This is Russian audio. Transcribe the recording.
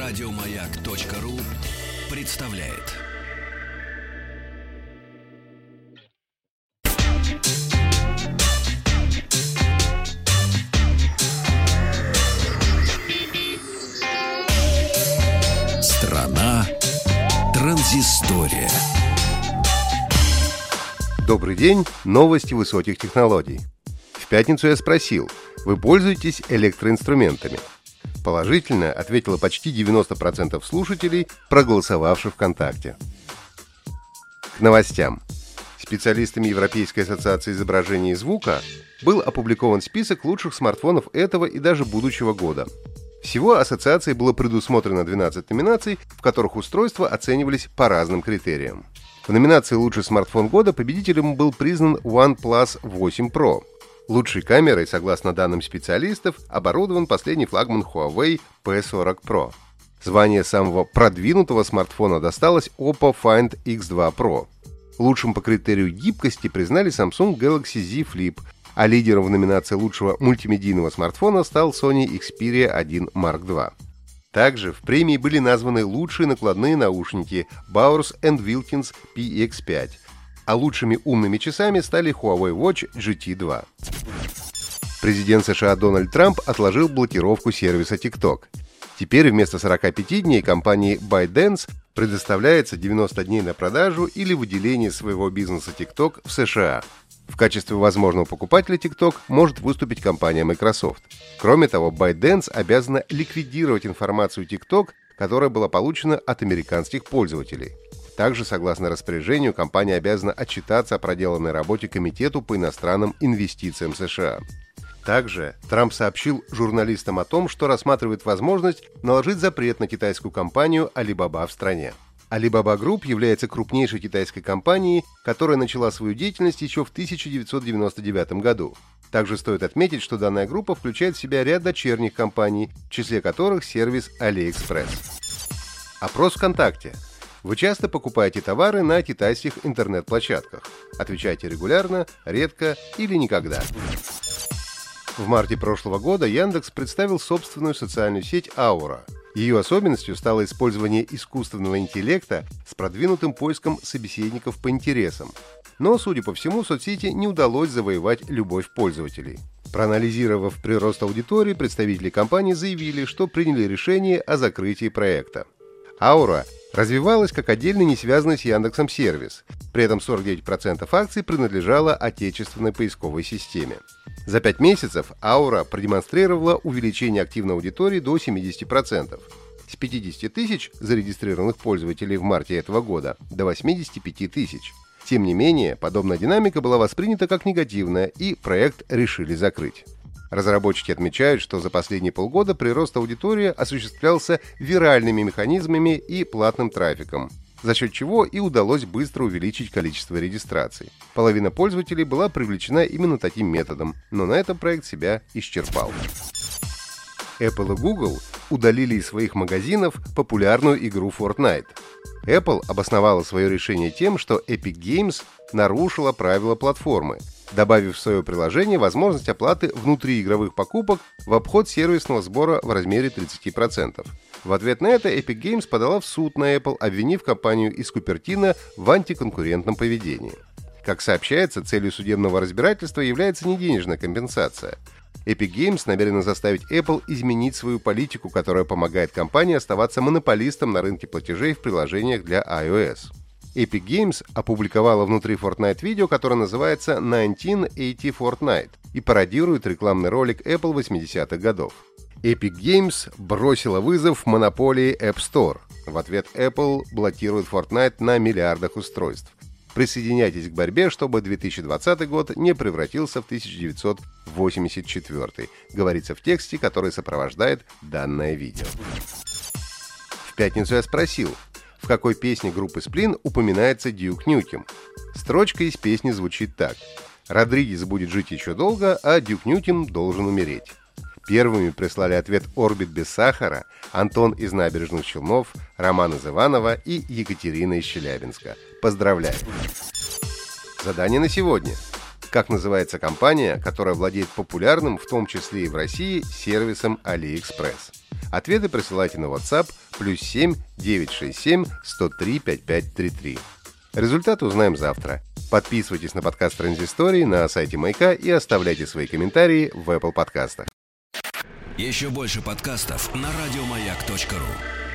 Радиомаяк.ру представляет. Страна транзистория. Добрый день, новости высоких технологий. В пятницу я спросил, вы пользуетесь электроинструментами? Положительно ответило почти 90% слушателей, проголосовавших ВКонтакте. К новостям. Специалистами Европейской ассоциации изображения и звука был опубликован список лучших смартфонов этого и даже будущего года. Всего ассоциацией было предусмотрено 12 номинаций, в которых устройства оценивались по разным критериям. В номинации «Лучший смартфон года» победителем был признан OnePlus 8 Pro. Лучшей камерой, согласно данным специалистов, оборудован последний флагман Huawei P40 Pro. Звание самого продвинутого смартфона досталось Oppo Find X2 Pro. Лучшим по критерию гибкости признали Samsung Galaxy Z Flip, а лидером в номинации лучшего мультимедийного смартфона стал Sony Xperia 1 Mark II. Также в премии были названы лучшие накладные наушники Bowers & Wilkins PX5, а лучшими умными часами стали Huawei Watch GT2. Президент США Дональд Трамп отложил блокировку сервиса TikTok. Теперь вместо 45 дней компании ByteDance предоставляется 90 дней на продажу или выделение своего бизнеса TikTok в США. В качестве возможного покупателя TikTok может выступить компания Microsoft. Кроме того, ByteDance обязана ликвидировать информацию TikTok, которая была получена от американских пользователей. Также, согласно распоряжению, компания обязана отчитаться о проделанной работе Комитету по иностранным инвестициям США. Также Трамп сообщил журналистам о том, что рассматривает возможность наложить запрет на китайскую компанию Alibaba в стране. Alibaba Group является крупнейшей китайской компанией, которая начала свою деятельность еще в 1999 году. Также стоит отметить, что данная группа включает в себя ряд дочерних компаний, в числе которых сервис AliExpress. Опрос ВКонтакте. Вы часто покупаете товары на китайских интернет-площадках? Отвечайте регулярно, редко или никогда. В марте прошлого года Яндекс представил собственную социальную сеть Aura. Ее особенностью стало использование искусственного интеллекта с продвинутым поиском собеседников по интересам. Но, судя по всему, соцсети не удалось завоевать любовь пользователей. Проанализировав прирост аудитории, представители компании заявили, что приняли решение о закрытии проекта. Aura развивалась как отдельный не связанный с Яндексом сервис. При этом 49% акций принадлежало отечественной поисковой системе. За 5 месяцев Aura продемонстрировала увеличение активной аудитории до 70%. С 50 тысяч зарегистрированных пользователей в марте этого года до 85 тысяч. Тем не менее, подобная динамика была воспринята как негативная, и проект решили закрыть. Разработчики отмечают, что за последние полгода прирост аудитории осуществлялся виральными механизмами и платным трафиком, за счет чего и удалось быстро увеличить количество регистраций. Половина пользователей была привлечена именно таким методом, но на этом проект себя исчерпал. Apple и Google удалили из своих магазинов популярную игру Fortnite. Apple обосновала свое решение тем, что Epic Games нарушила правила платформы, добавив в свое приложение возможность оплаты внутриигровых покупок в обход сервисного сбора в размере 30%. В ответ на это Epic Games подала в суд на Apple, обвинив компанию из Купертино в антиконкурентном поведении. Как сообщается, целью судебного разбирательства является не денежная компенсация. Epic Games намерена заставить Apple изменить свою политику, которая помогает компании оставаться монополистом на рынке платежей в приложениях для iOS. Epic Games опубликовала внутри Fortnite видео, которое называется 1980 Fortnite и пародирует рекламный ролик Apple 80-х годов. Epic Games бросила вызов монополии App Store. В ответ Apple блокирует Fortnite на миллиардах устройств. Присоединяйтесь к борьбе, чтобы 2020 год не превратился в 1984, говорится в тексте, который сопровождает данное видео. В пятницу я спросил, в какой песне группы Splin упоминается Duke Nukem. Строчка из песни звучит так: «Родригес будет жить еще долго, а Duke Nukem должен умереть». Первыми прислали ответ «Орбит без сахара», Антон из Набережных Челнов, Роман из Иваново и Екатерина из Челябинска. Поздравляю! Задание на сегодня. Как называется компания, которая владеет популярным, в том числе и в России, сервисом AliExpress? Ответы присылайте на WhatsApp +7 967 103 5533. Результаты узнаем завтра. Подписывайтесь на подкаст Транзистории на сайте Маяка и оставляйте свои комментарии в Apple подкастах. Еще больше подкастов на радиомаяк.ру.